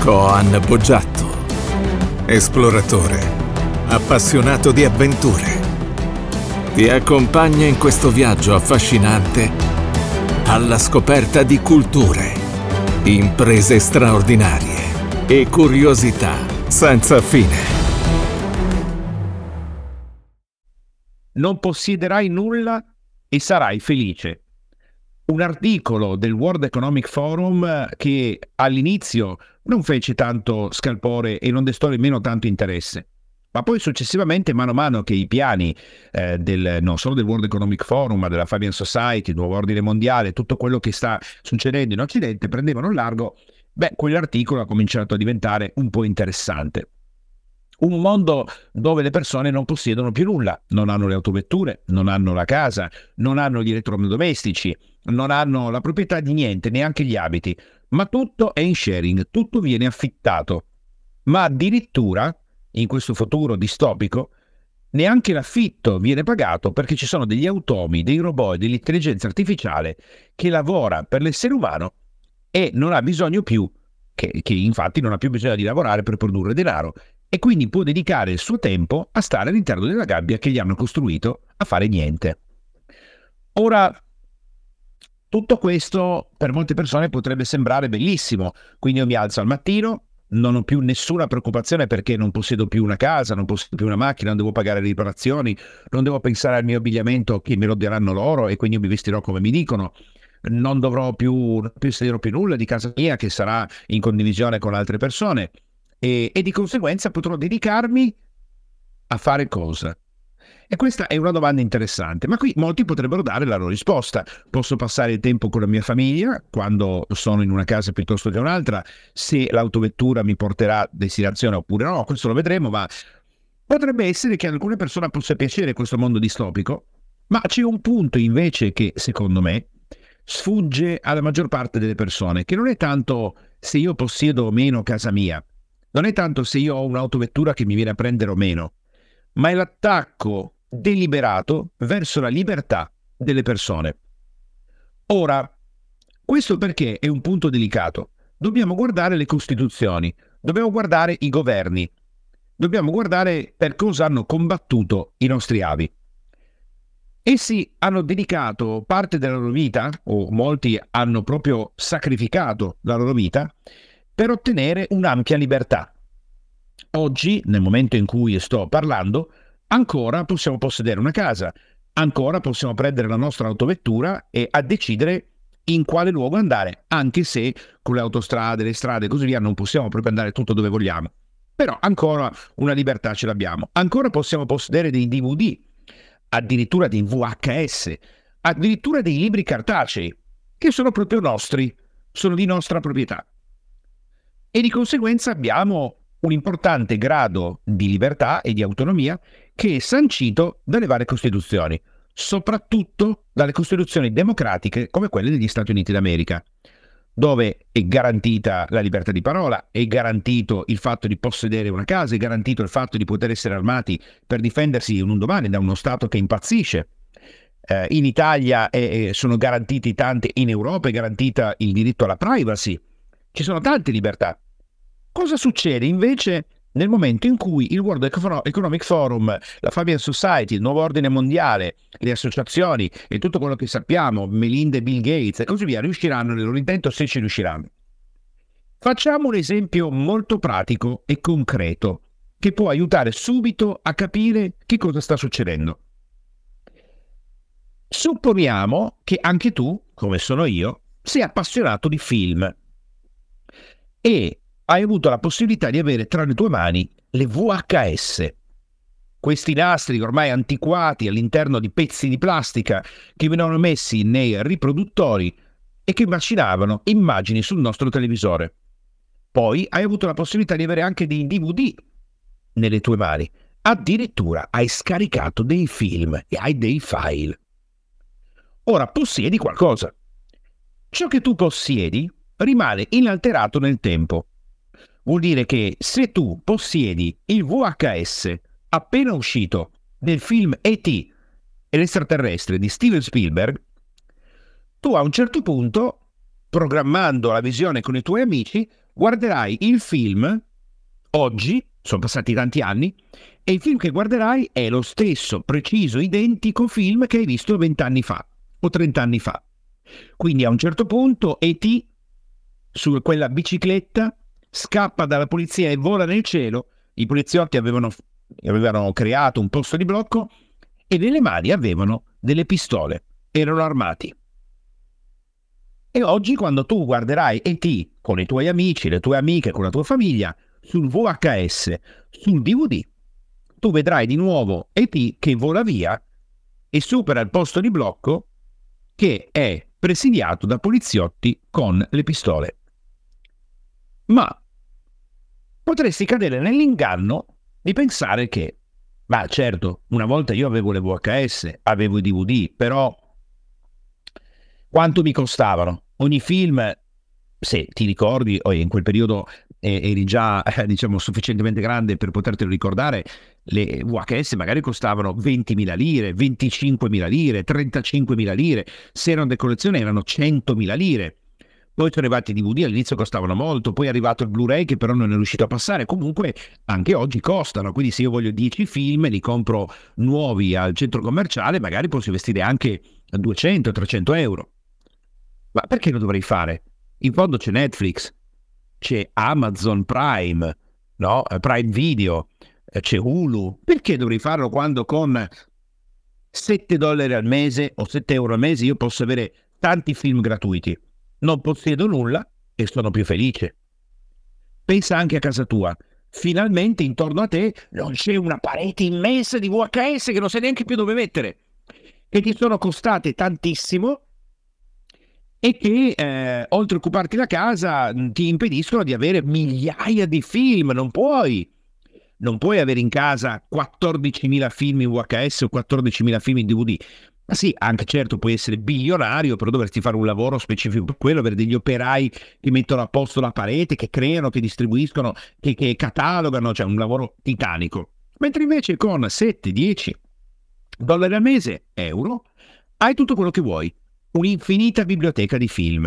Coan Boggiatto, esploratore, appassionato di avventure, ti accompagna in questo viaggio affascinante alla scoperta di culture, imprese straordinarie e curiosità senza fine. Non possiederai nulla e sarai felice. Un articolo del World Economic Forum che all'inizio non fece tanto scalpore e non destò nemmeno tanto interesse, ma poi successivamente, mano a mano che i piani non solo del World Economic Forum, ma della Fabian Society, il nuovo ordine mondiale, tutto quello che sta succedendo in Occidente prendevano largo, quell'articolo ha cominciato a diventare un po' interessante. Un mondo dove le persone non possiedono più nulla, non hanno le autovetture, non hanno la casa, non hanno gli elettrodomestici, non hanno la proprietà di niente, neanche gli abiti, ma tutto è in sharing, tutto viene affittato. Ma addirittura, in questo futuro distopico, neanche l'affitto viene pagato perché ci sono degli automi, dei robot e dell'intelligenza artificiale che lavora per l'essere umano e non ha bisogno più, che infatti non ha più bisogno di lavorare per produrre denaro, e quindi può dedicare il suo tempo a stare all'interno della gabbia che gli hanno costruito a fare niente. Ora, tutto questo per molte persone potrebbe sembrare bellissimo, quindi io mi alzo al mattino, non ho più nessuna preoccupazione perché non possiedo più una casa, non possiedo più una macchina, non devo pagare le riparazioni, non devo pensare al mio abbigliamento che me lo daranno loro e quindi io mi vestirò come mi dicono. Non possedrò più nulla di casa mia che sarà in condivisione con altre persone e di conseguenza potrò dedicarmi a fare cosa? E questa è una domanda interessante, ma qui molti potrebbero dare la loro risposta. Posso passare il tempo con la mia famiglia quando sono in una casa piuttosto che un'altra, se l'autovettura mi porterà a destinazione oppure no, questo lo vedremo, ma potrebbe essere che a alcune persone possa piacere questo mondo distopico, ma c'è un punto invece che, secondo me, sfugge alla maggior parte delle persone, che non è tanto se io possiedo o meno casa mia, non è tanto se io ho un'autovettura che mi viene a prendere o meno, ma è l'attacco deliberato verso la libertà delle persone. Ora, questo perché è un punto delicato. Dobbiamo guardare le costituzioni, dobbiamo guardare i governi, dobbiamo guardare per cosa hanno combattuto i nostri avi. Essi hanno dedicato parte della loro vita, o molti hanno proprio sacrificato la loro vita, per ottenere un'ampia libertà. Oggi, nel momento in cui sto parlando, ancora possiamo possedere una casa, ancora possiamo prendere la nostra autovettura e a decidere in quale luogo andare, anche se con le autostrade, le strade e così via non possiamo proprio andare tutto dove vogliamo. Però ancora una libertà ce l'abbiamo. Ancora possiamo possedere dei DVD, addirittura dei VHS, addirittura dei libri cartacei, che sono proprio nostri, sono di nostra proprietà. E di conseguenza abbiamo un importante grado di libertà e di autonomia che è sancito dalle varie costituzioni, soprattutto dalle costituzioni democratiche come quelle degli Stati Uniti d'America, dove è garantita la libertà di parola, è garantito il fatto di possedere una casa, è garantito il fatto di poter essere armati per difendersi un domani da uno Stato che impazzisce. In Italia sono garantiti tanti, in Europa è garantita il diritto alla privacy, ci sono tante libertà. Cosa succede invece nel momento in cui il World Economic Forum, la Fabian Society, il nuovo ordine mondiale, le associazioni e tutto quello che sappiamo, Melinda e Bill Gates e così via, riusciranno nel loro intento, se ci riusciranno? Facciamo un esempio molto pratico e concreto che può aiutare subito a capire che cosa sta succedendo. Supponiamo che anche tu, come sono io, sei appassionato di film e hai avuto la possibilità di avere tra le tue mani le VHS, questi nastri ormai antiquati all'interno di pezzi di plastica che venivano messi nei riproduttori e che macinavano immagini sul nostro televisore. Poi hai avuto la possibilità di avere anche dei DVD nelle tue mani. Addirittura hai scaricato dei film e hai dei file. Ora possiedi qualcosa. Ciò che tu possiedi rimane inalterato nel tempo. Vuol dire che se tu possiedi il VHS appena uscito del film E.T. e l'estraterrestre di Steven Spielberg, tu a un certo punto programmando la visione con i tuoi amici, guarderai il film oggi, sono passati tanti anni, e il film che guarderai è lo stesso, preciso, identico film che hai visto 20 anni fa o 30 anni fa. Quindi a un certo punto E.T. su quella bicicletta scappa dalla polizia e vola nel cielo. I poliziotti avevano creato un posto di blocco e nelle mani avevano delle pistole, erano armati. E oggi quando tu guarderai E.T. con i tuoi amici, le tue amiche, con la tua famiglia, sul VHS, sul DVD, tu vedrai di nuovo E.T. che vola via e supera il posto di blocco che è presidiato da poliziotti con le pistole. Ma potresti cadere nell'inganno di pensare che, ma certo, una volta io avevo le VHS, avevo i DVD, però quanto mi costavano? Ogni film, se ti ricordi, o in quel periodo eri già, diciamo, sufficientemente grande per potertelo ricordare, le VHS magari costavano 20.000 lire, 25.000 lire, 35.000 lire, se erano di collezione erano 100.000 lire. Poi sono arrivati i DVD, all'inizio costavano molto, poi è arrivato il Blu-ray che però non è riuscito a passare, comunque anche oggi costano, quindi se io voglio 10 film li compro nuovi al centro commerciale, magari posso investire anche 200-300 euro. Ma perché lo dovrei fare? In fondo c'è Netflix, c'è Amazon Prime, no? Prime Video, c'è Hulu. Perché dovrei farlo quando con $7 al mese o 7 euro al mese io posso avere tanti film gratuiti? Non possiedo nulla e sono più felice. Pensa anche a casa tua. Finalmente intorno a te non c'è una parete immensa di VHS che non sai neanche più dove mettere, che ti sono costate tantissimo e che oltre a occuparti la casa ti impediscono di avere migliaia di film. Non puoi avere in casa 14.000 film in VHS o 14.000 film in DVD. Ma sì, anche certo puoi essere bilionario, però dovresti fare un lavoro specifico per quello, avere degli operai che mettono a posto la parete, che creano, che distribuiscono, che catalogano, cioè un lavoro titanico. Mentre invece con 7-10 dollari al mese, euro, hai tutto quello che vuoi, un'infinita biblioteca di film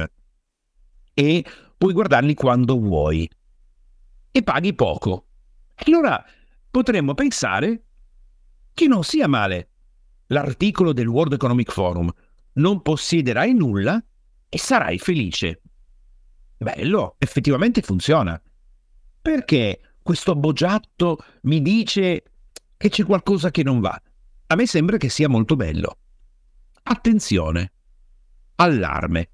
e puoi guardarli quando vuoi e paghi poco. Allora potremmo pensare che non sia male l'articolo del World Economic Forum. Non possiederai nulla e sarai felice. Bello, effettivamente funziona. Perché questo boggiatto mi dice che c'è qualcosa che non va? A me sembra che sia molto bello. Attenzione, allarme.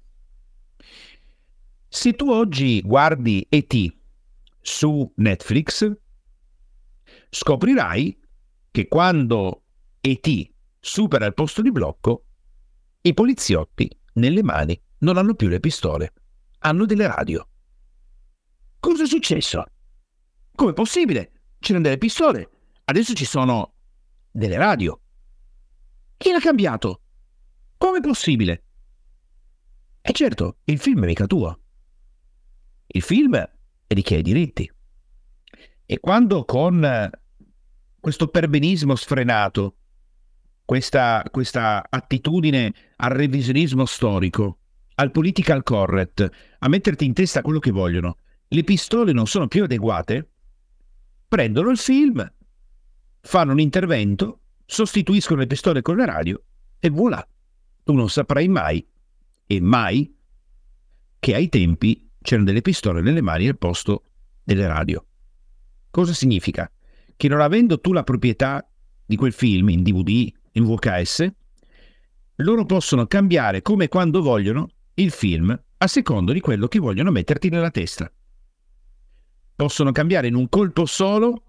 Se tu oggi guardi E.T. su Netflix, scoprirai che quando E.T. supera il posto di blocco, i poliziotti nelle mani non hanno più le pistole, hanno delle radio. Cosa è successo? Com'è possibile? C'erano delle pistole, adesso ci sono delle radio. Chi l'ha cambiato? Com'è possibile? E certo, il film è mica tuo. Il film è di chi ha i diritti. E quando con questo perbenismo sfrenato, questa attitudine al revisionismo storico, al political correct, a metterti in testa quello che vogliono, le pistole non sono più adeguate, prendono il film, fanno un intervento, sostituiscono le pistole con le radio e voilà. Tu non saprai mai, e mai, che ai tempi c'erano delle pistole nelle mani al posto delle radio. Cosa significa? Che non avendo tu la proprietà di quel film in DVD, in VHS, loro possono cambiare come e quando vogliono il film a secondo di quello che vogliono metterti nella testa. Possono cambiare in un colpo solo,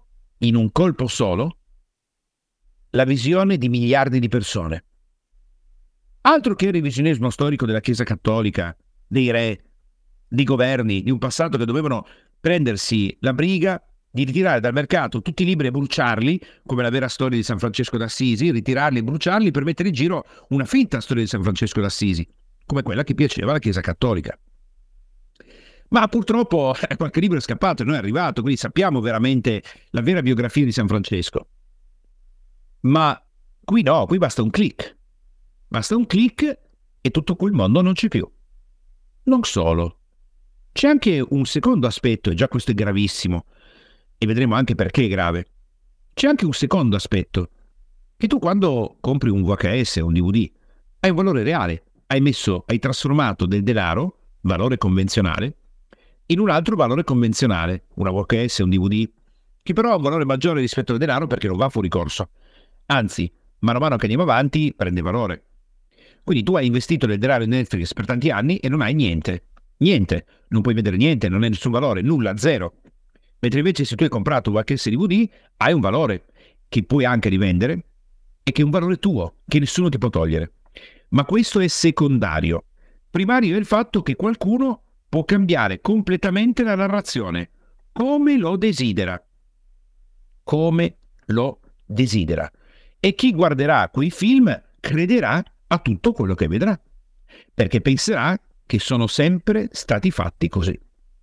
la visione di miliardi di persone. Altro che il revisionismo storico della Chiesa Cattolica, dei re, di governi, di un passato che dovevano prendersi la briga di ritirare dal mercato tutti i libri e bruciarli, come la vera storia di San Francesco d'Assisi, ritirarli e bruciarli per mettere in giro una finta storia di San Francesco d'Assisi, come quella che piaceva alla Chiesa Cattolica. Ma purtroppo qualche libro è scappato e non è arrivato, quindi sappiamo veramente la vera biografia di San Francesco. Ma qui no, qui basta un click. Basta un click e tutto quel mondo non c'è più. Non solo. C'è anche un secondo aspetto, e già questo è gravissimo, e vedremo anche perché è grave. C'è anche un secondo aspetto, che tu quando compri un VHS o un DVD hai un valore reale, hai trasformato del denaro, valore convenzionale, in un altro valore convenzionale, una VHS, un DVD, che però ha un valore maggiore rispetto al denaro perché non va fuori corso. Anzi, mano a mano che andiamo avanti, prende valore. Quindi tu hai investito del denaro in Netflix per tanti anni e non hai niente. Niente. Non puoi vedere niente, non hai nessun valore, nulla, zero. Mentre invece se tu hai comprato un VHS DVD, hai un valore che puoi anche rivendere e che è un valore tuo, che nessuno ti può togliere. Ma questo è secondario. Primario è il fatto che qualcuno può cambiare completamente la narrazione, come lo desidera. Come lo desidera. E chi guarderà quei film crederà a tutto quello che vedrà, perché penserà che sono sempre stati fatti così.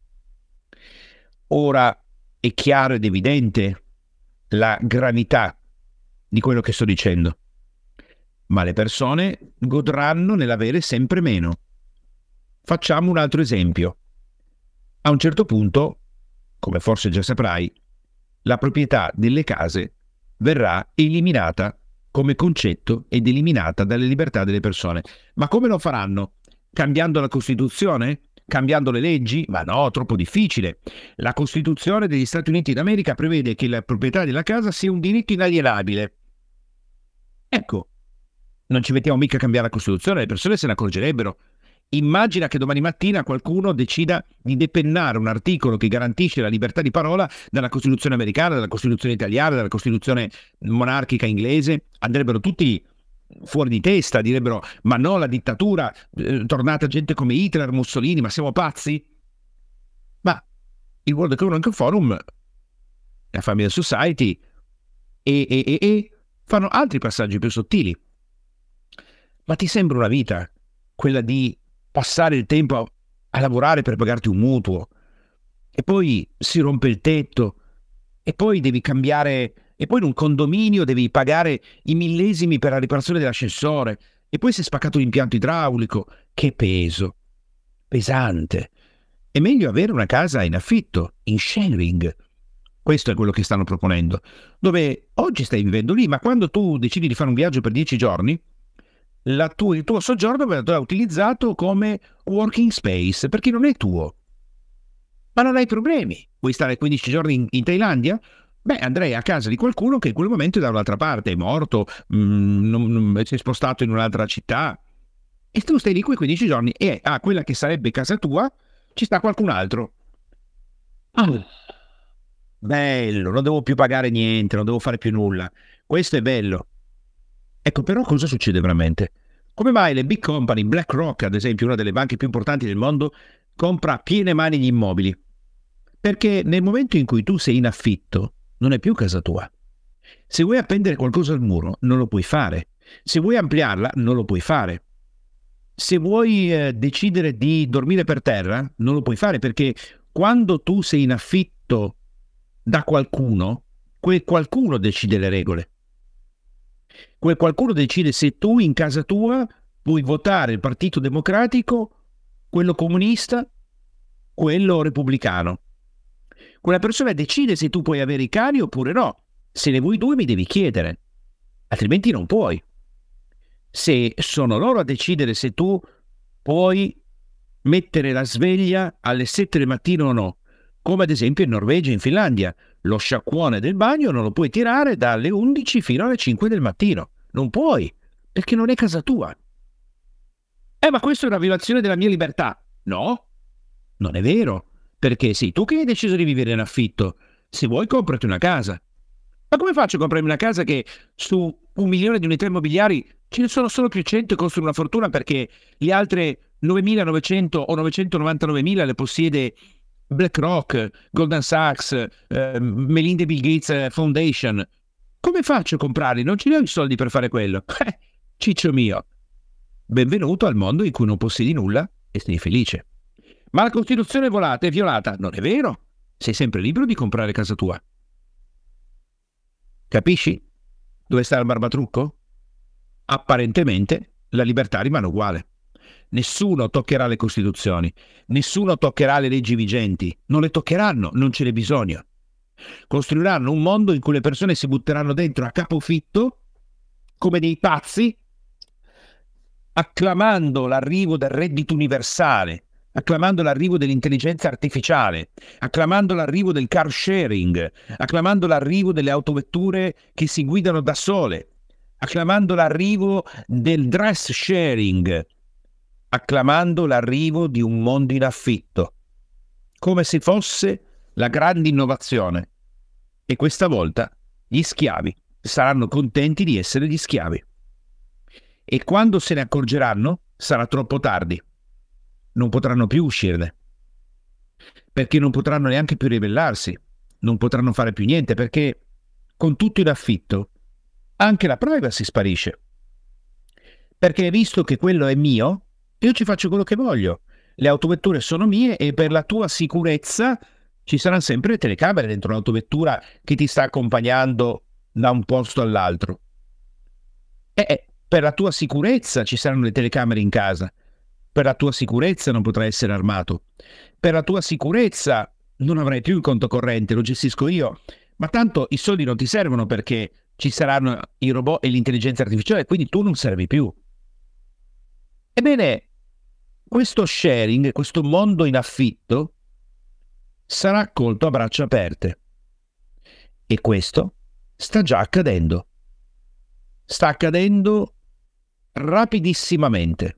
Ora è chiaro ed evidente la gravità di quello che sto dicendo, ma le persone godranno nell'avere sempre meno. Facciamo un altro esempio. A un certo punto, come forse già saprai, la proprietà delle case verrà eliminata come concetto ed eliminata dalle libertà delle persone. Ma come lo faranno? Cambiando la Costituzione? Cambiando le leggi? Ma no, troppo difficile. La Costituzione degli Stati Uniti d'America prevede che la proprietà della casa sia un diritto inalienabile. Ecco, non ci mettiamo mica a cambiare la Costituzione, le persone se ne accorgerebbero. Immagina che domani mattina qualcuno decida di depennare un articolo che garantisce la libertà di parola dalla Costituzione americana, dalla Costituzione italiana, dalla Costituzione monarchica inglese. Andrebbero tutti fuori di testa, direbbero ma no, la dittatura, tornata gente come Hitler, Mussolini, ma siamo pazzi? Ma il World Economic Forum, la Family Society e fanno altri passaggi più sottili. Ma ti sembra una vita quella di passare il tempo a lavorare per pagarti un mutuo e poi si rompe il tetto e poi devi cambiare e poi in un condominio devi pagare i millesimi per la riparazione dell'ascensore e poi si è spaccato l'impianto idraulico? Che peso, pesante. È meglio avere una casa in affitto, in sharing. Questo è quello che stanno proponendo, dove oggi stai vivendo lì, ma quando tu decidi di fare un viaggio per 10 giorni, il tuo soggiorno verrà utilizzato come working space, perché non è tuo. Ma non hai problemi. Vuoi stare 15 giorni in Thailandia? Beh, andrei a casa di qualcuno che in quel momento è da un'altra parte, è morto, si è spostato in un'altra città. E tu stai lì quei 15 giorni e a quella che sarebbe casa tua ci sta qualcun altro. Ah, bello, non devo più pagare niente, non devo fare più nulla. Questo è bello. Ecco, però cosa succede veramente? Come mai le big company, BlackRock ad esempio, una delle banche più importanti del mondo, compra a piene mani gli immobili? Perché nel momento in cui tu sei in affitto, non è più casa tua. Se vuoi appendere qualcosa al muro, non lo puoi fare. Se vuoi ampliarla, non lo puoi fare. Se vuoi decidere di dormire per terra, non lo puoi fare perché quando tu sei in affitto da qualcuno, quel qualcuno decide le regole. Quel qualcuno decide se tu in casa tua puoi votare il Partito Democratico, quello comunista, quello repubblicano. Quella persona decide se tu puoi avere i cani oppure no. Se ne vuoi due mi devi chiedere, altrimenti non puoi. Se sono loro a decidere se tu puoi mettere la sveglia alle 7 del mattino o no, come ad esempio in Norvegia e in Finlandia, lo sciacquone del bagno non lo puoi tirare dalle 11 fino alle 5 del mattino. Non puoi, perché non è casa tua. Ma questa è una violazione della mia libertà. No, non è vero, perché sei tu che hai deciso di vivere in affitto. Se vuoi comprati una casa. Ma come faccio a comprarmi una casa che su 1 milione di unità immobiliari ce ne sono solo più 100 e costano una fortuna perché le altre 9.900 o 999.000 le possiede BlackRock, Goldman Sachs, Melinda e Bill Gates Foundation. Come faccio a comprarli? Non ce ne ho i soldi per fare quello. Ciccio mio, benvenuto al mondo in cui non possiedi nulla e sei felice. Ma la Costituzione è violata. Non è vero. Sei sempre libero di comprare casa tua. Capisci? Dove sta il barbatrucco? Apparentemente la libertà rimane uguale. Nessuno toccherà le costituzioni, nessuno toccherà le leggi vigenti, non le toccheranno, non ce n'è bisogno. Costruiranno un mondo in cui le persone si butteranno dentro a capofitto come dei pazzi, acclamando l'arrivo del reddito universale, acclamando l'arrivo dell'intelligenza artificiale, acclamando l'arrivo del car sharing, acclamando l'arrivo delle autovetture che si guidano da sole, acclamando l'arrivo del dress sharing, acclamando l'arrivo di un mondo in affitto, come se fosse la grande innovazione. E questa volta gli schiavi saranno contenti di essere gli schiavi. E quando se ne accorgeranno sarà troppo tardi. Non potranno più uscirne. Perché non potranno neanche più ribellarsi. Non potranno fare più niente perché con tutto in affitto anche la privacy sparisce. Perché visto che quello è mio, io ci faccio quello che voglio. Le autovetture sono mie e per la tua sicurezza ci saranno sempre le telecamere dentro l'autovettura che ti sta accompagnando da un posto all'altro. E per la tua sicurezza ci saranno le telecamere in casa. Per la tua sicurezza non potrai essere armato. Per la tua sicurezza non avrai più il conto corrente, lo gestisco io. Ma tanto i soldi non ti servono perché ci saranno i robot e l'intelligenza artificiale, quindi tu non servi più. Ebbene, questo sharing, questo mondo in affitto, sarà accolto a braccia aperte. E questo sta già accadendo. Sta accadendo rapidissimamente.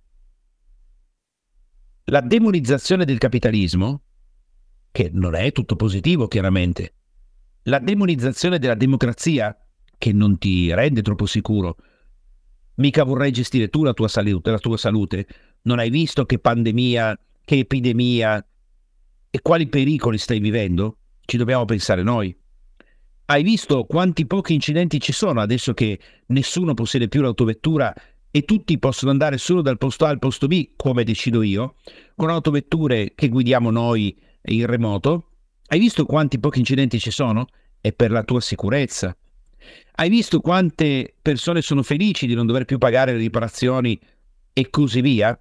La demonizzazione del capitalismo, che non è tutto positivo chiaramente, la demonizzazione della democrazia, che non ti rende troppo sicuro. Mica vorrai gestire tu la tua salute. Non hai visto che pandemia, che epidemia e quali pericoli stai vivendo? Ci dobbiamo pensare noi. Hai visto quanti pochi incidenti ci sono adesso che nessuno possiede più l'autovettura e tutti possono andare solo dal posto A al posto B, come decido io, con autovetture che guidiamo noi in remoto? Hai visto quanti pochi incidenti ci sono? È per la tua sicurezza. Hai visto quante persone sono felici di non dover più pagare le riparazioni e così via?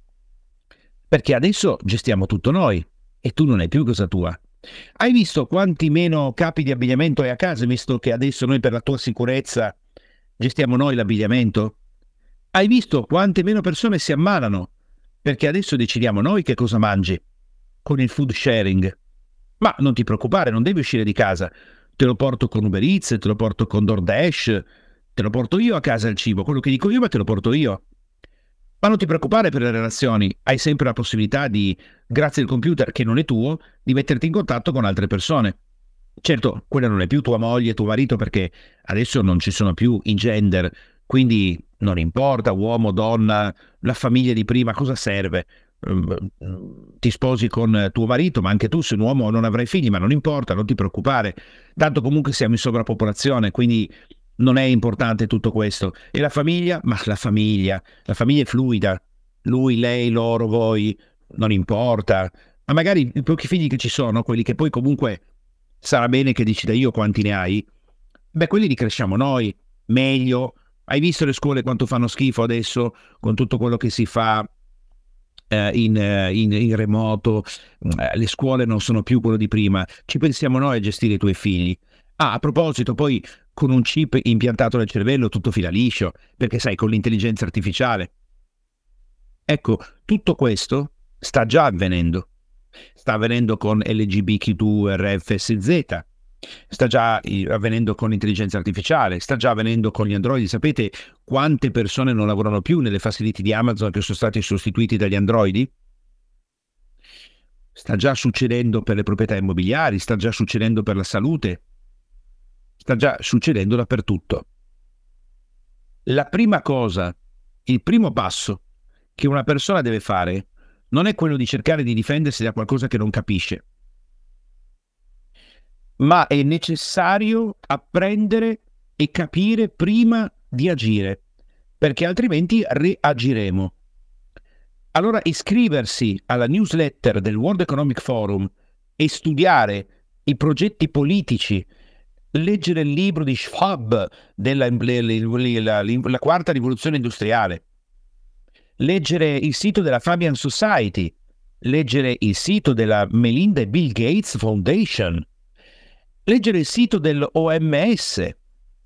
Perché adesso gestiamo tutto noi e tu non hai più casa tua. Hai visto quanti meno capi di abbigliamento hai a casa, visto che adesso noi per la tua sicurezza gestiamo noi l'abbigliamento? Hai visto quante meno persone si ammalano, perché adesso decidiamo noi che cosa mangi, con il food sharing. Ma non ti preoccupare, non devi uscire di casa. Te lo porto con Uber Eats, te lo porto con DoorDash, te lo porto io a casa il cibo, quello che dico io, ma te lo porto io. Ma non ti preoccupare per le relazioni, hai sempre la possibilità di, grazie al computer che non è tuo, di metterti in contatto con altre persone. Certo, quella non è più tua moglie, tuo marito, perché adesso non ci sono più i gender, quindi non importa, uomo, donna, la famiglia di prima, cosa serve? Ti sposi con tuo marito, ma anche tu sei un uomo non avrai figli, ma non importa, non ti preoccupare. Tanto comunque siamo in sovrappopolazione, quindi non è importante tutto questo. E la famiglia? Ma la famiglia è fluida. Lui, lei, loro, voi, non importa. Ma magari i pochi figli che ci sono, quelli che poi comunque sarà bene che decida io quanti ne hai, beh, quelli li cresciamo noi, meglio. Hai visto le scuole quanto fanno schifo adesso con tutto quello che si fa in remoto? Le scuole non sono più quello di prima. Ci pensiamo noi a gestire i tuoi figli. Ah, a proposito, poi con un chip impiantato nel cervello tutto fila liscio, perché sai, con l'intelligenza artificiale. Ecco, tutto questo sta già avvenendo. Sta avvenendo con LGBTQ RFSZ, sta già avvenendo con l'intelligenza artificiale, sta già avvenendo con gli androidi. Sapete quante persone non lavorano più nelle facility di Amazon che sono stati sostituiti dagli androidi? Sta già succedendo per le proprietà immobiliari, sta già succedendo per la salute, sta già succedendo dappertutto. La prima cosa, il primo passo che una persona deve fare non è quello di cercare di difendersi da qualcosa che non capisce, ma è necessario apprendere e capire prima di agire, perché altrimenti reagiremo. Allora iscriversi alla newsletter del World Economic Forum e studiare i progetti politici, leggere il libro di Schwab della la quarta rivoluzione industriale, leggere il sito della Fabian Society, leggere il sito della Melinda e Bill Gates Foundation, leggere il sito dell'OMS,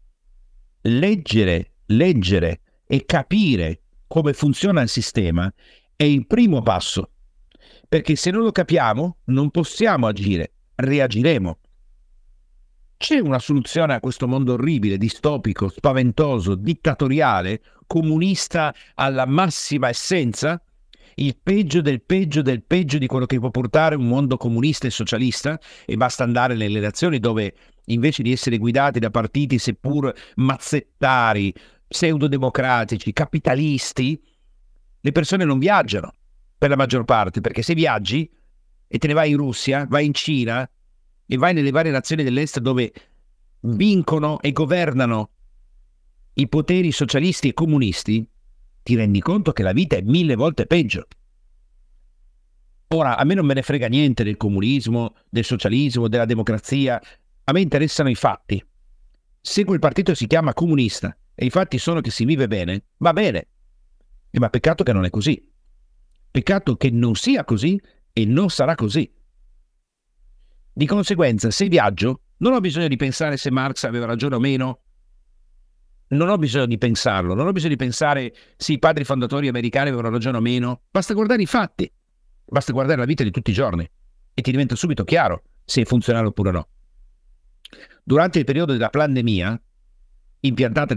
leggere e capire come funziona il sistema è il primo passo, perché se non lo capiamo non possiamo agire, reagiremo. C'è una soluzione a questo mondo orribile, distopico, spaventoso, dittatoriale, comunista alla massima essenza? Il peggio del peggio del peggio di quello che può portare un mondo comunista e socialista? E basta andare nelle nazioni dove, invece di essere guidati da partiti seppur mazzettari, pseudodemocratici, capitalisti, le persone non viaggiano per la maggior parte, perché se viaggi e te ne vai in Russia, vai in Cina e vai nelle varie nazioni dell'est dove vincono e governano i poteri socialisti e comunisti, ti rendi conto che la vita è 1000 volte peggio. Ora, a me non me ne frega niente del comunismo, del socialismo, della democrazia, a me interessano i fatti. Se quel partito si chiama comunista e i fatti sono che si vive bene, va bene. Ma peccato che non è così. Peccato che non sia così e non sarà così. Di conseguenza, se viaggio, non ho bisogno di pensare se Marx aveva ragione o meno. Non ho bisogno di pensarlo, non ho bisogno di pensare se i padri fondatori americani avevano ragione o meno. Basta guardare i fatti, basta guardare la vita di tutti i giorni e ti diventa subito chiaro se è funzionale oppure no. Durante il periodo della pandemia, inserita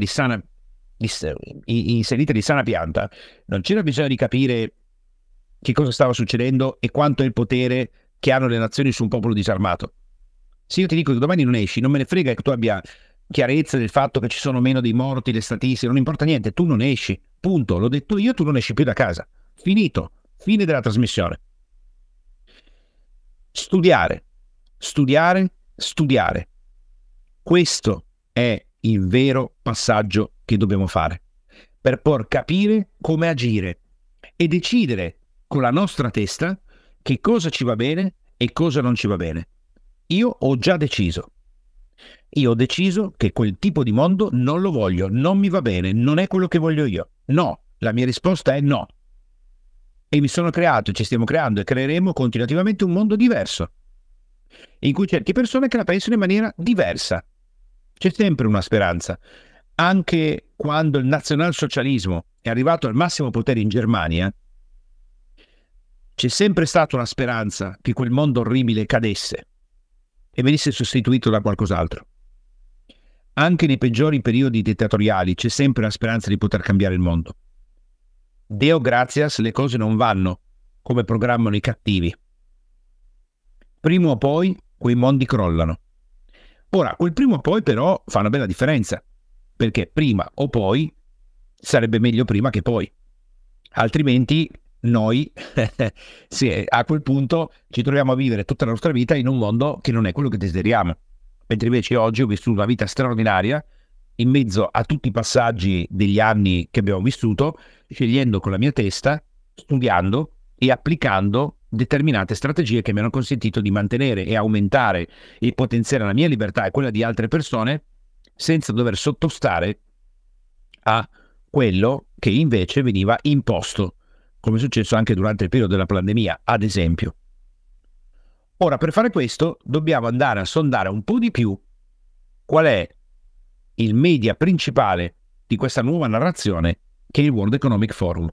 di sana pianta, non c'era bisogno di capire che cosa stava succedendo e quanto è il potere che hanno le nazioni su un popolo disarmato. Se io ti dico che domani non esci, non me ne frega che tu abbia chiarezza del fatto che ci sono meno dei morti, le statistiche, non importa niente, tu non esci, punto, l'ho detto io, tu non esci più da casa, finito, fine della trasmissione. Studiare, questo è il vero passaggio che dobbiamo fare per poi capire come agire e decidere con la nostra testa che cosa ci va bene e cosa non ci va bene. Io ho già deciso. Io ho deciso che quel tipo di mondo non lo voglio, non mi va bene, non è quello che voglio io. No, la mia risposta è no. E mi sono creato, ci stiamo creando e creeremo continuativamente un mondo diverso, in cui certi persone che la pensano in maniera diversa. C'è sempre una speranza. Anche quando il nazionalsocialismo è arrivato al massimo potere in Germania, c'è sempre stata una speranza che quel mondo orribile cadesse e venisse sostituito da qualcos'altro. Anche nei peggiori periodi dittatoriali c'è sempre la speranza di poter cambiare il mondo. Deo gratias, le cose non vanno come programmano i cattivi. Prima o poi quei mondi crollano. Ora, quel prima o poi però fa una bella differenza, perché prima o poi sarebbe meglio prima che poi. Altrimenti noi a quel punto ci troviamo a vivere tutta la nostra vita in un mondo che non è quello che desideriamo. Mentre invece oggi ho vissuto una vita straordinaria in mezzo a tutti i passaggi degli anni che abbiamo vissuto, scegliendo con la mia testa, studiando e applicando determinate strategie che mi hanno consentito di mantenere e aumentare e potenziare la mia libertà e quella di altre persone senza dover sottostare a quello che invece veniva imposto, come è successo anche durante il periodo della pandemia, ad esempio. Ora, per fare questo, dobbiamo andare a sondare un po' di più qual è il media principale di questa nuova narrazione che è il World Economic Forum.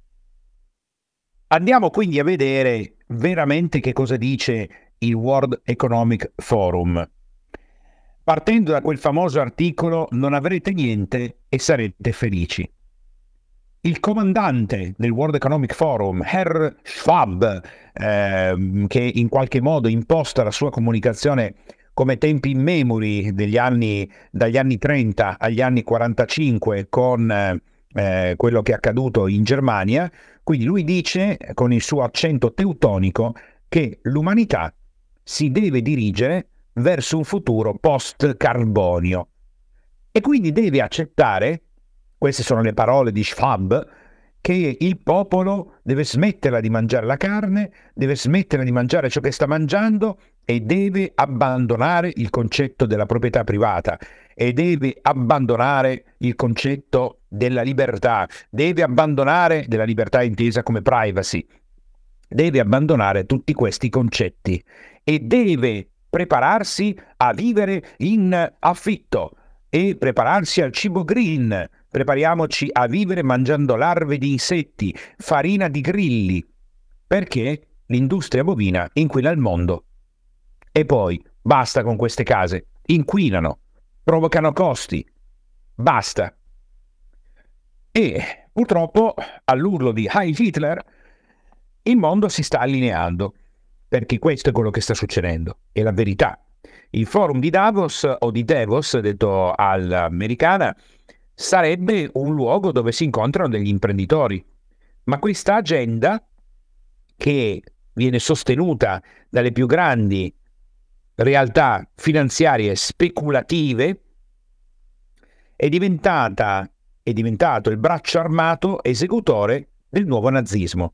Andiamo quindi a vedere veramente che cosa dice il World Economic Forum. Partendo da quel famoso articolo "Non avrete niente e sarete felici". Il comandante del World Economic Forum, Herr Schwab, che in qualche modo imposta la sua comunicazione come tempi immemori dagli anni 30 agli anni 45 con quello che è accaduto in Germania, quindi lui dice con il suo accento teutonico che l'umanità si deve dirigere verso un futuro post-carbonio e quindi deve accettare, queste sono le parole di Schwab, che il popolo deve smetterla di mangiare la carne, deve smettere di mangiare ciò che sta mangiando e deve abbandonare il concetto della proprietà privata e deve abbandonare il concetto della libertà, deve abbandonare della libertà intesa come privacy, deve abbandonare tutti questi concetti e deve prepararsi a vivere in affitto e prepararsi al cibo green. Prepariamoci a vivere mangiando larve di insetti, farina di grilli, perché l'industria bovina inquina il mondo. E poi basta con queste case, inquinano, provocano costi, basta. E purtroppo all'urlo di Heil Hitler il mondo si sta allineando, perché questo è quello che sta succedendo, è la verità. Il forum di Davos, o di Davos, detto all'americana, sarebbe un luogo dove si incontrano degli imprenditori, ma questa agenda, che viene sostenuta dalle più grandi realtà finanziarie speculative, è diventato il braccio armato esecutore del nuovo nazismo.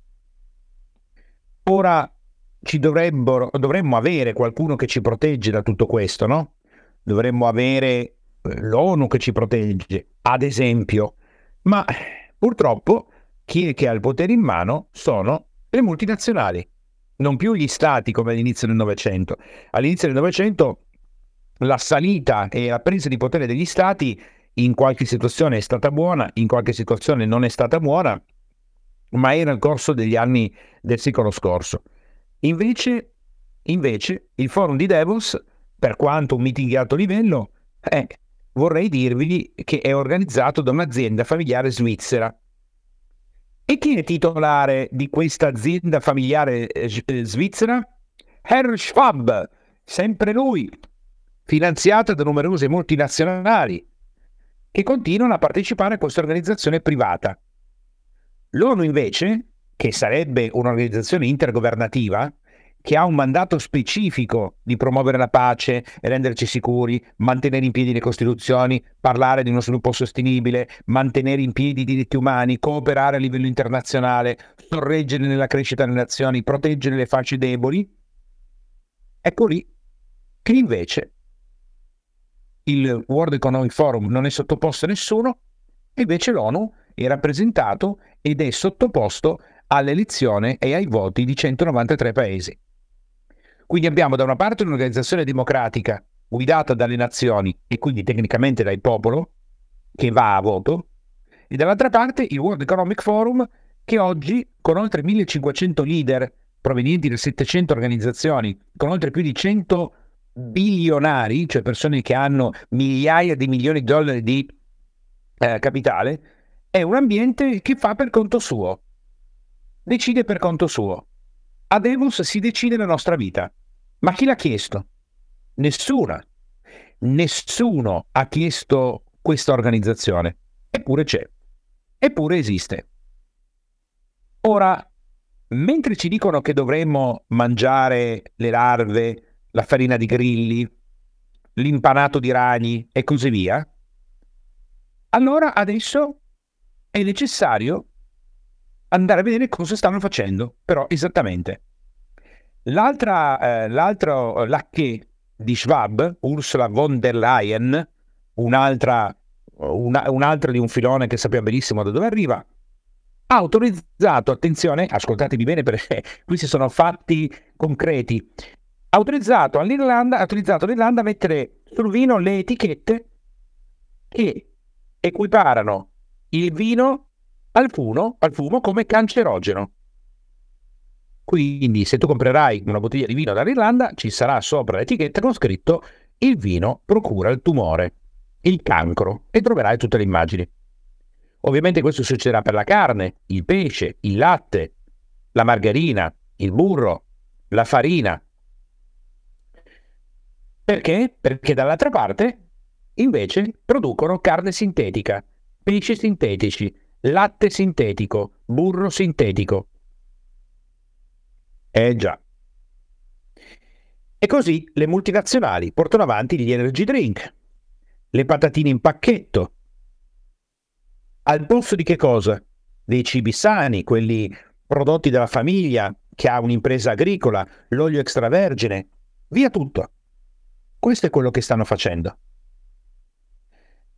Ora dovremmo avere qualcuno che ci protegge da tutto questo, no? Dovremmo avere l'ONU che ci protegge, ad esempio. Ma purtroppo chi è che ha il potere in mano sono le multinazionali, non più gli stati come all'inizio del Novecento. All'inizio del Novecento la salita e la presa di potere degli stati in qualche situazione è stata buona, in qualche situazione non è stata buona, ma era nel corso degli anni del secolo scorso. Invece il forum di Davos, per quanto un meeting di alto livello, vorrei dirvi che è organizzato da un'azienda familiare svizzera. E chi è titolare di questa azienda familiare svizzera? Herr Schwab, sempre lui, finanziata da numerose multinazionali che continuano a partecipare a questa organizzazione privata. L'ONU invece, che sarebbe un'organizzazione intergovernativa, che ha un mandato specifico di promuovere la pace, renderci sicuri, mantenere in piedi le costituzioni, parlare di uno sviluppo sostenibile, mantenere in piedi i diritti umani, cooperare a livello internazionale, sorreggere nella crescita delle nazioni, proteggere le fasce deboli, ecco lì che invece il World Economic Forum non è sottoposto a nessuno, e invece l'ONU è rappresentato ed è sottoposto all'elezione e ai voti di 193 paesi. Quindi abbiamo da una parte un'organizzazione democratica guidata dalle nazioni e quindi tecnicamente dal popolo che va a voto, e dall'altra parte il World Economic Forum, che oggi, con oltre 1500 leader provenienti da 700 organizzazioni, con oltre più di 100 bilionari, cioè persone che hanno migliaia di milioni di dollari di capitale, è un ambiente che fa per conto suo, decide per conto suo. A Davos si decide la nostra vita. Ma chi l'ha chiesto? Nessuna. Nessuno ha chiesto questa organizzazione. Eppure c'è. Eppure esiste. Ora, mentre ci dicono che dovremmo mangiare le larve, la farina di grilli, l'impanato di ragni e così via, allora adesso è necessario andare a vedere cosa stanno facendo, però esattamente. L'altro lacchè di Schwab, Ursula von der Leyen, un'altra di un filone che sappiamo benissimo da dove arriva, ha autorizzato, attenzione, ascoltatemi bene perché questi sono fatti concreti, ha autorizzato l'Irlanda a mettere sul vino le etichette che equiparano il vino al fumo come cancerogeno. Quindi se tu comprerai una bottiglia di vino dall'Irlanda, ci sarà sopra l'etichetta con scritto: il vino procura il tumore, il cancro, e troverai tutte le immagini. Ovviamente questo succederà per la carne, il pesce, il latte, la margarina, il burro, la farina. Perché? Perché dall'altra parte invece producono carne sintetica, pesci sintetici, latte sintetico, burro sintetico. Già. E così le multinazionali portano avanti gli energy drink, le patatine in pacchetto. Al posto di che cosa? Dei cibi sani, quelli prodotti dalla famiglia, che ha un'impresa agricola, l'olio extravergine, via tutto. Questo è quello che stanno facendo.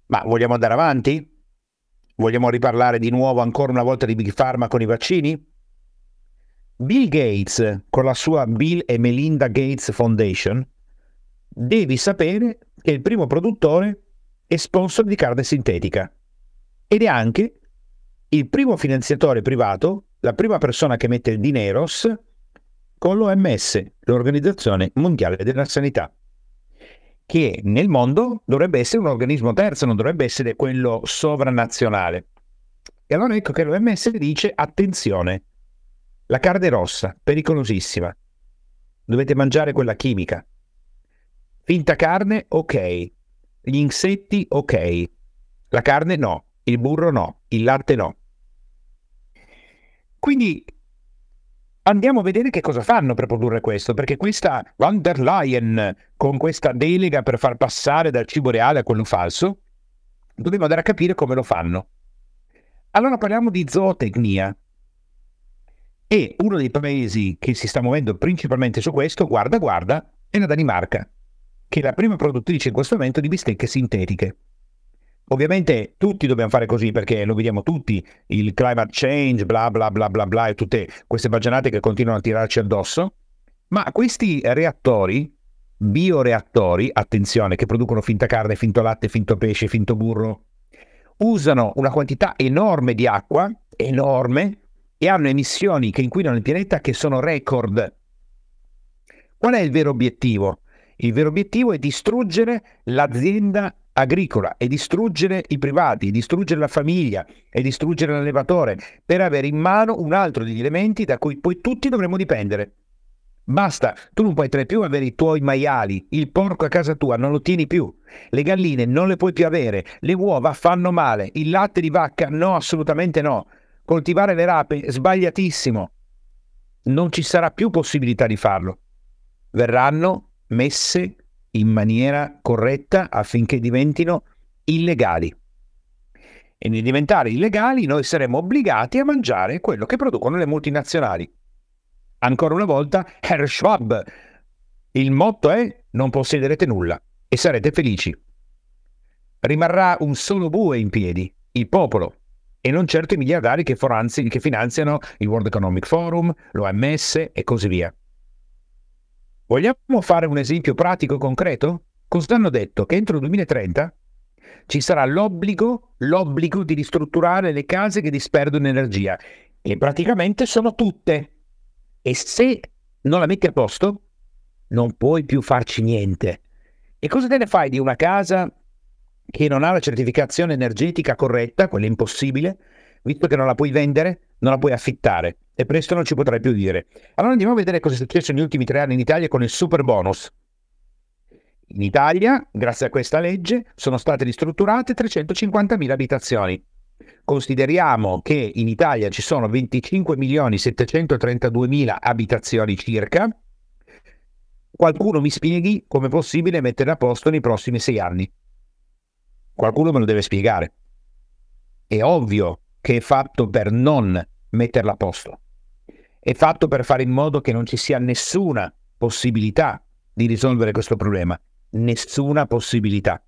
Ma vogliamo andare avanti? Vogliamo riparlare di nuovo ancora una volta di Big Pharma con i vaccini? Bill Gates, con la sua Bill e Melinda Gates Foundation, devi sapere che è il primo produttore e sponsor di carne sintetica ed è anche il primo finanziatore privato, la prima persona che mette il dineros con l'OMS, l'Organizzazione Mondiale della Sanità, che nel mondo dovrebbe essere un organismo terzo, non dovrebbe essere quello sovranazionale. E allora ecco che l'OMS dice: attenzione, la carne rossa, pericolosissima, dovete mangiare quella chimica. Finta carne, ok. Gli insetti, ok. La carne no, il burro no, il latte no. Quindi andiamo a vedere che cosa fanno per produrre questo, perché questa von der Leyen, con questa delega per far passare dal cibo reale a quello falso, dobbiamo andare a capire come lo fanno. Allora parliamo di zootecnia. E uno dei paesi che si sta muovendo principalmente su questo, guarda, è la Danimarca, che è la prima produttrice in questo momento di bistecche sintetiche. Ovviamente tutti dobbiamo fare così, perché lo vediamo tutti, il climate change, bla bla bla bla bla, e tutte queste baggianate che continuano a tirarci addosso, ma questi reattori, bioreattori, attenzione, che producono finta carne, finto latte, finto pesce, finto burro, usano una quantità enorme di acqua, enorme, e hanno emissioni che inquinano il pianeta che sono record. Qual è il vero obiettivo? Il vero obiettivo è distruggere l'azienda agricola, e distruggere i privati, distruggere la famiglia, e distruggere l'allevatore, per avere in mano un altro degli elementi da cui poi tutti dovremo dipendere. Basta, tu non puoi più avere i tuoi maiali, il porco a casa tua non lo tieni più, le galline non le puoi più avere, le uova fanno male, il latte di vacca no, assolutamente no, coltivare le rape sbagliatissimo, non ci sarà più possibilità di farlo. Verranno messe in maniera corretta affinché diventino illegali. E nel diventare illegali noi saremo obbligati a mangiare quello che producono le multinazionali. Ancora una volta, Herr Schwab, il motto è: non possederete nulla e sarete felici. Rimarrà un solo bue in piedi, il popolo, e non certo i miliardari che finanziano il World Economic Forum, l'OMS e così via. Vogliamo fare un esempio pratico concreto? Cosa hanno detto? Che entro il 2030 ci sarà l'obbligo di ristrutturare le case che disperdono energia, e praticamente sono tutte. E se non la metti a posto, non puoi più farci niente. E cosa te ne fai di una casa che non ha la certificazione energetica corretta, quella impossibile, visto che non la puoi vendere, non la puoi affittare, e presto non ci potrai più vivere? Allora andiamo a vedere cosa è successo negli ultimi 3 anni in Italia con il super bonus. In Italia, grazie a questa legge, sono state ristrutturate 350.000 abitazioni. Consideriamo che in Italia ci sono 25.732.000 abitazioni circa. Qualcuno mi spieghi come è possibile mettere a posto nei prossimi 6 anni. Qualcuno me lo deve spiegare. È ovvio che è fatto per non metterla a posto. È fatto per fare in modo che non ci sia nessuna possibilità di risolvere questo problema. Nessuna possibilità.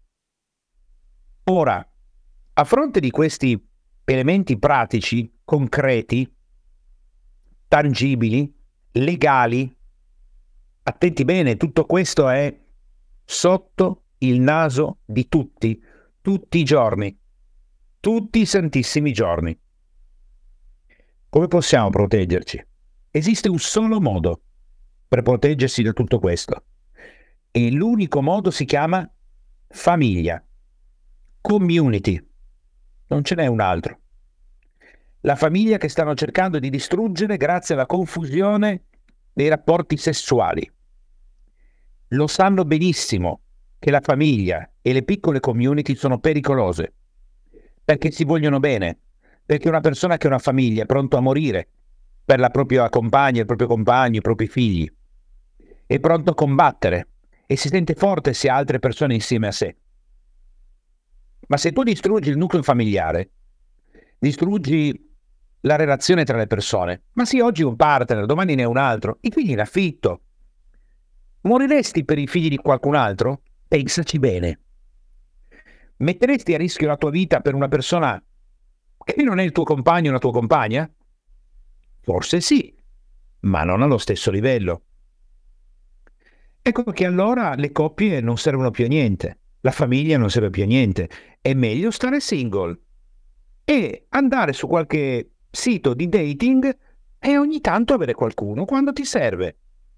Ora, a fronte di questi elementi pratici, concreti, tangibili, legali, attenti bene, tutto questo è sotto il naso di tutti i giorni, tutti i santissimi giorni. Come possiamo proteggerci? Esiste un solo modo per proteggersi da tutto questo, e l'unico modo si chiama famiglia, community, non ce n'è un altro. La famiglia che stanno cercando di distruggere grazie alla confusione dei rapporti sessuali. Lo sanno benissimo che la famiglia e le piccole community sono pericolose, perché si vogliono bene, perché una persona che ha una famiglia è pronto a morire per la propria compagna, il proprio compagno, i propri figli, è pronto a combattere e si sente forte se ha altre persone insieme a sé. Ma se tu distruggi il nucleo familiare, distruggi la relazione tra le persone, ma sì, oggi un partner, domani ne è un altro, i figli in affitto, moriresti per i figli di qualcun altro? Pensaci bene. Metteresti a rischio la tua vita per una persona che non è il tuo compagno o la tua compagna? Forse sì, ma non allo stesso livello. Ecco che allora le coppie non servono più a niente, la famiglia non serve più a niente. È meglio stare single e andare su qualche sito di dating e ogni tanto avere qualcuno quando ti serve.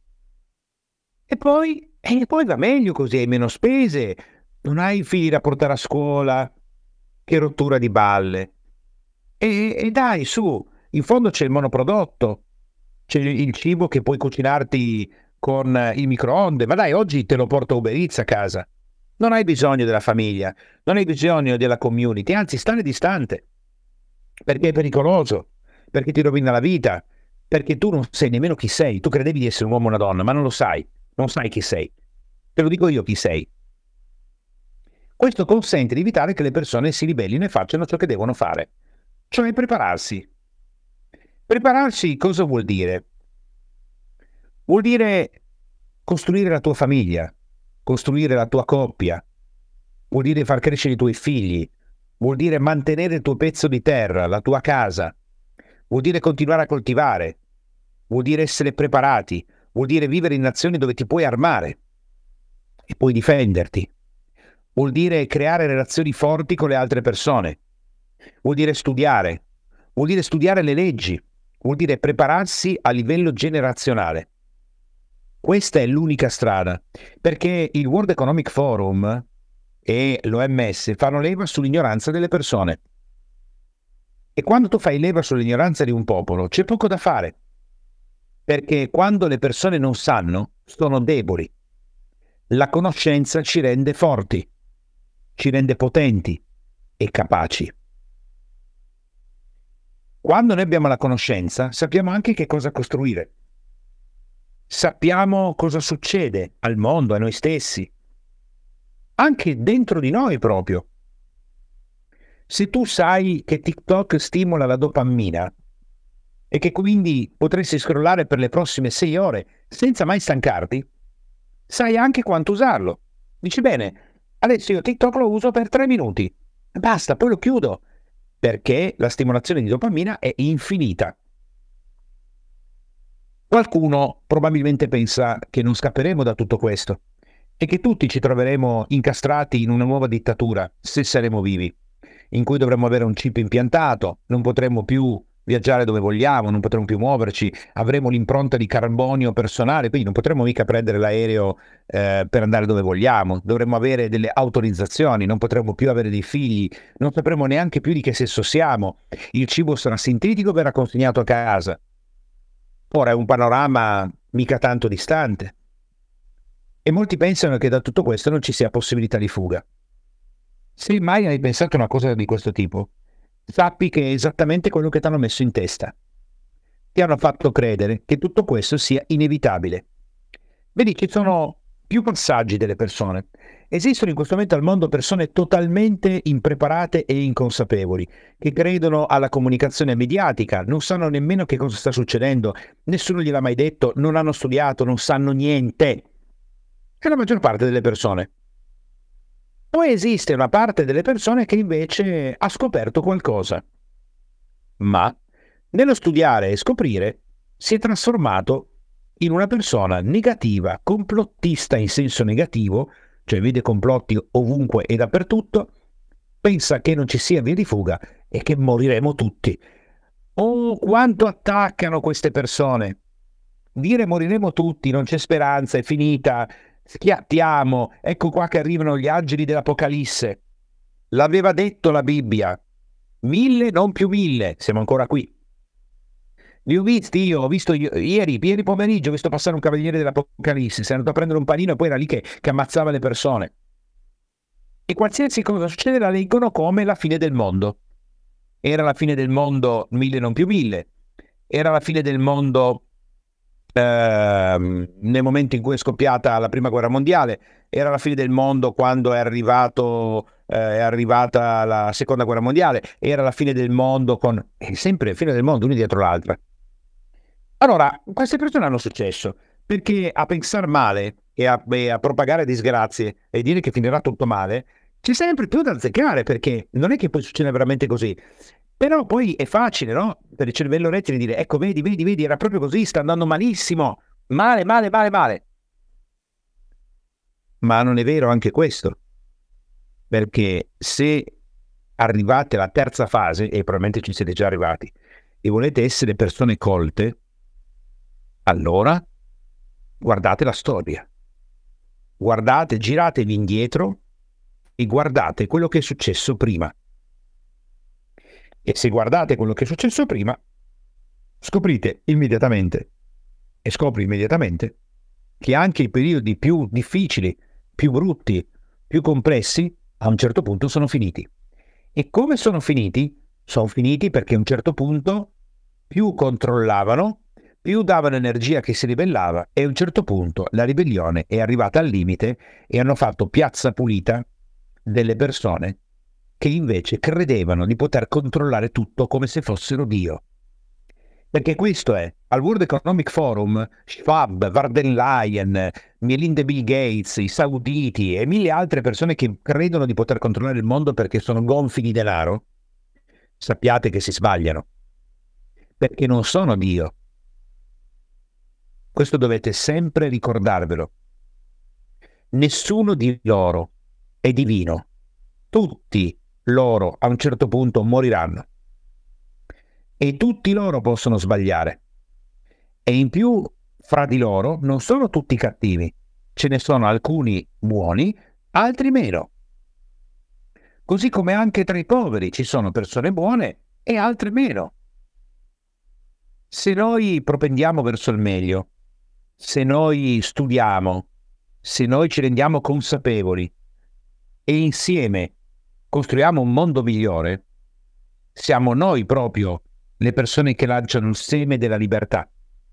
E poi va meglio così, hai meno spese, non hai figli da portare a scuola, che rottura di balle. E dai, su, in fondo c'è il monoprodotto, c'è il cibo che puoi cucinarti con il microonde, ma dai, oggi te lo porta Uber Eats a casa. Non hai bisogno della famiglia, non hai bisogno della community, anzi, stare distante, perché è pericoloso, perché ti rovina la vita, perché tu non sai nemmeno chi sei. Tu credevi di essere un uomo o una donna, ma non lo sai, non sai chi sei. Te lo dico io chi sei. Questo consente di evitare che le persone si ribellino e facciano ciò che devono fare, cioè prepararsi. Prepararsi cosa vuol dire? Vuol dire costruire la tua famiglia, costruire la tua coppia, vuol dire far crescere i tuoi figli, vuol dire mantenere il tuo pezzo di terra, la tua casa, vuol dire continuare a coltivare, vuol dire essere preparati, vuol dire vivere in nazioni dove ti puoi armare e puoi difenderti, vuol dire creare relazioni forti con le altre persone, vuol dire studiare le leggi, vuol dire prepararsi a livello generazionale. Questa è l'unica strada, perché il World Economic Forum e l'OMS fanno leva sull'ignoranza delle persone. E quando tu fai leva sull'ignoranza di un popolo, c'è poco da fare, perché quando le persone non sanno, sono deboli. La conoscenza ci rende forti, ci rende potenti e capaci. Quando noi abbiamo la conoscenza, sappiamo anche che cosa costruire. Sappiamo cosa succede al mondo, a noi stessi, anche dentro di noi proprio. Se tu sai che TikTok stimola la dopamina e che quindi potresti scrollare per le prossime 6 ore senza mai stancarti, sai anche quanto usarlo. Dici bene, adesso io TikTok lo uso per 3 minuti, basta, poi lo chiudo, perché la stimolazione di dopamina è infinita. Qualcuno probabilmente pensa che non scapperemo da tutto questo e che tutti ci troveremo incastrati in una nuova dittatura, se saremo vivi, in cui dovremo avere un chip impiantato, non potremo più viaggiare dove vogliamo, non potremo più muoverci, avremo l'impronta di carbonio personale, quindi non potremo mica prendere l'aereo per andare dove vogliamo, dovremo avere delle autorizzazioni, non potremo più avere dei figli, non sapremo neanche più di che sesso siamo, il cibo sarà sintetico, verrà consegnato a casa. Ora è un panorama mica tanto distante e molti pensano che da tutto questo non ci sia possibilità di fuga. Se mai hai pensato a una cosa di questo tipo, sappi che è esattamente quello che ti hanno messo in testa. Ti hanno fatto credere che tutto questo sia inevitabile. Vedi, ci sono più passaggi delle persone. Esistono in questo momento al mondo persone totalmente impreparate e inconsapevoli, che credono alla comunicazione mediatica, non sanno nemmeno che cosa sta succedendo, nessuno gliel'ha mai detto, non hanno studiato, non sanno niente. È la maggior parte delle persone. Poi esiste una parte delle persone che invece ha scoperto qualcosa, ma nello studiare e scoprire si è trasformato in una persona negativa, complottista in senso negativo, cioè vede complotti ovunque e dappertutto, pensa che non ci sia via di fuga e che moriremo tutti. Oh, quanto attaccano queste persone! Dire moriremo tutti, non c'è speranza, è finita, schiattiamo, ecco qua che arrivano gli angeli dell'Apocalisse. L'aveva detto la Bibbia. 1000, non più 1000, siamo ancora qui. Li ho visti io, ho visto ieri pomeriggio, ho visto passare un cavaliere dell'Apocalisse, si è andato a prendere un panino e poi era lì che ammazzava le persone. E qualsiasi cosa succede la leggono come la fine del mondo. Era la fine del mondo 1000 non più 1000, era la fine del mondo nel momento in cui è scoppiata la prima guerra mondiale, era la fine del mondo quando è arrivata la seconda guerra mondiale, era la fine del mondo è sempre la fine del mondo, una dietro l'altra. Allora, queste persone hanno successo perché a pensare male e a propagare disgrazie e dire che finirà tutto male, C'è sempre più da azzeccare, perché non è che poi succede veramente così. Però poi è facile, no? Per il cervello rettile dire, ecco, vedi, era proprio così, sta andando malissimo, male. Ma non è vero anche questo, perché se arrivate alla terza fase, e probabilmente ci siete già arrivati, e volete essere persone colte, allora guardate la storia. Giratevi indietro e guardate quello che è successo prima. E se guardate quello che è successo prima, scopri immediatamente che anche i periodi più difficili, più brutti, più complessi, a un certo punto sono finiti. E come sono finiti? Sono finiti perché a un certo punto più controllavano, più davano energia che si ribellava, e a un certo punto la ribellione è arrivata al limite e hanno fatto piazza pulita delle persone che invece credevano di poter controllare tutto come se fossero Dio. Perché questo è, al World Economic Forum, Schwab, von der Leyen, Melinda Bill Gates, i sauditi e mille altre persone che credono di poter controllare il mondo perché sono gonfi di denaro, sappiate che si sbagliano, perché non sono Dio. Questo dovete sempre ricordarvelo. Nessuno di loro è divino. Tutti loro a un certo punto moriranno. E tutti loro possono sbagliare. E in più, fra di loro, non sono tutti cattivi. Ce ne sono alcuni buoni, altri meno. Così come anche tra i poveri ci sono persone buone e altre meno. Se noi propendiamo verso il meglio, se noi studiamo, se noi ci rendiamo consapevoli e insieme costruiamo un mondo migliore, siamo noi proprio le persone che lanciano il seme della libertà.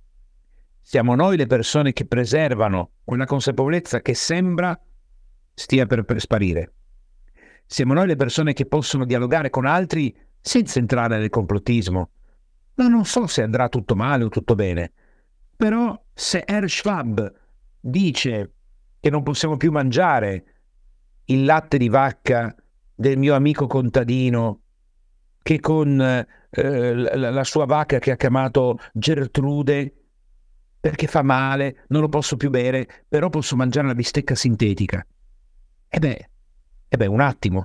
Siamo noi le persone che preservano quella consapevolezza che sembra stia per sparire. Siamo noi le persone che possono dialogare con altri senza entrare nel complottismo. Ma non so se andrà tutto male o tutto bene. Però se Herr Schwab dice che non possiamo più mangiare il latte di vacca del mio amico contadino che con la sua vacca che ha chiamato Gertrude perché fa male, non lo posso più bere, però posso mangiare la bistecca sintetica. E beh, un attimo.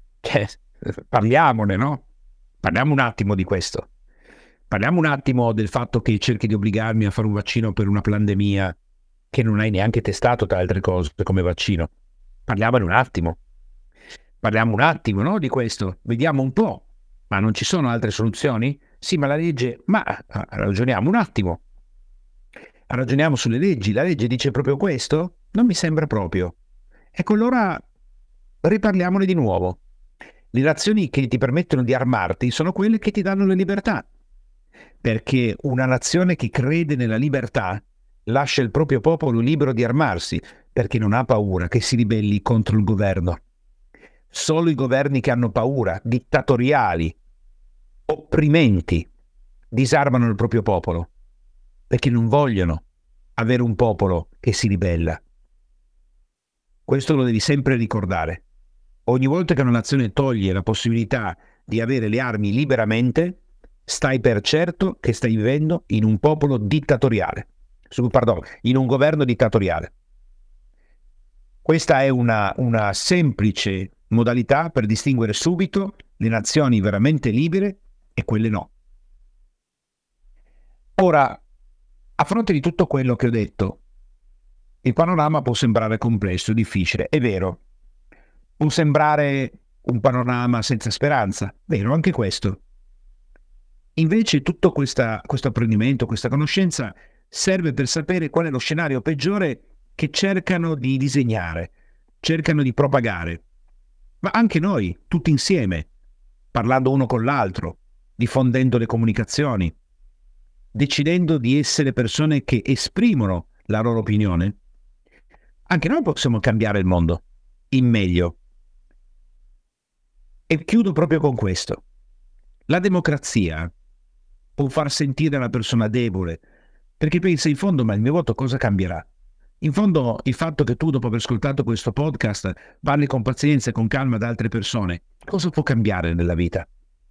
Parliamone, no? Parliamo un attimo di questo. Parliamo un attimo del fatto che cerchi di obbligarmi a fare un vaccino per una pandemia che non hai neanche testato tra altre cose come vaccino. Parliamone un attimo. Parliamo un attimo, no, di questo. Vediamo un po'. Ma non ci sono altre soluzioni? Sì, ma la legge... Ma ragioniamo un attimo. Ragioniamo sulle leggi. La legge dice proprio questo? Non mi sembra proprio. Ecco, allora riparliamone di nuovo. Le nazioni che ti permettono di armarti sono quelle che ti danno le libertà. Perché una nazione che crede nella libertà lascia il proprio popolo libero di armarsi, perché non ha paura che si ribelli contro il governo. Solo i governi che hanno paura, dittatoriali, opprimenti, disarmano il proprio popolo, perché non vogliono avere un popolo che si ribella. Questo lo devi sempre ricordare. Ogni volta che una nazione toglie la possibilità di avere le armi liberamente, stai per certo che stai vivendo in un popolo dittatoriale. In un governo dittatoriale. Questa è una semplice modalità per distinguere subito le nazioni veramente libere e quelle no. Ora, a fronte di tutto quello che ho detto, il panorama può sembrare complesso, difficile, è vero. Può sembrare un panorama senza speranza, vero anche questo. Invece tutto questo apprendimento, questa conoscenza serve per sapere qual è lo scenario peggiore che cercano di disegnare, cercano di propagare. Ma anche noi, tutti insieme, parlando uno con l'altro, diffondendo le comunicazioni, decidendo di essere persone che esprimono la loro opinione, anche noi possiamo cambiare il mondo in meglio. E chiudo proprio con questo. La democrazia può far sentire una persona debole, perché pensa in fondo, ma il mio voto cosa cambierà? In fondo, il fatto che tu, dopo aver ascoltato questo podcast, parli con pazienza e con calma ad altre persone, cosa può cambiare nella vita?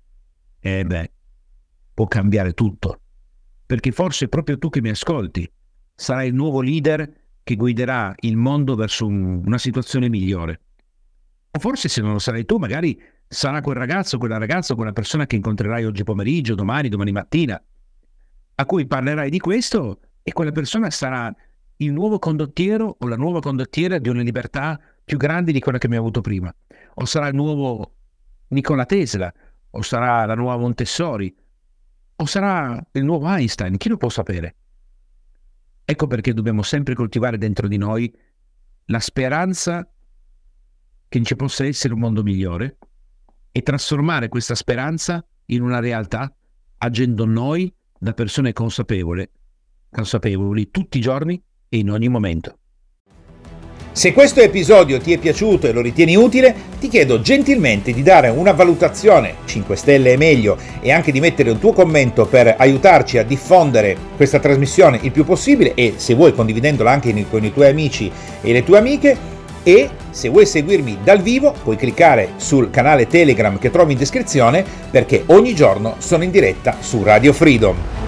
Può cambiare tutto. Perché forse proprio tu che mi ascolti sarai il nuovo leader che guiderà il mondo verso una situazione migliore. O forse, se non lo sarai tu, magari sarà quel ragazzo, quella ragazza, quella persona che incontrerai oggi pomeriggio, domani mattina, a cui parlerai di questo, e quella persona sarà il nuovo condottiero o la nuova condottiera di una libertà più grande di quella che mi ha avuto prima. O sarà il nuovo Nikola Tesla, o sarà la nuova Montessori, o sarà il nuovo Einstein, chi lo può sapere? Ecco perché dobbiamo sempre coltivare dentro di noi la speranza che ci possa essere un mondo migliore e trasformare questa speranza in una realtà, agendo noi da persone consapevoli tutti i giorni e in ogni momento. Se questo episodio ti è piaciuto e lo ritieni utile, ti chiedo gentilmente di dare una valutazione, 5 stelle e meglio, e anche di mettere un tuo commento per aiutarci a diffondere questa trasmissione il più possibile, e se vuoi condividendola anche con i tuoi amici e le tue amiche. E se vuoi seguirmi dal vivo puoi cliccare sul canale Telegram che trovi in descrizione, perché ogni giorno sono in diretta su Radio Freedom.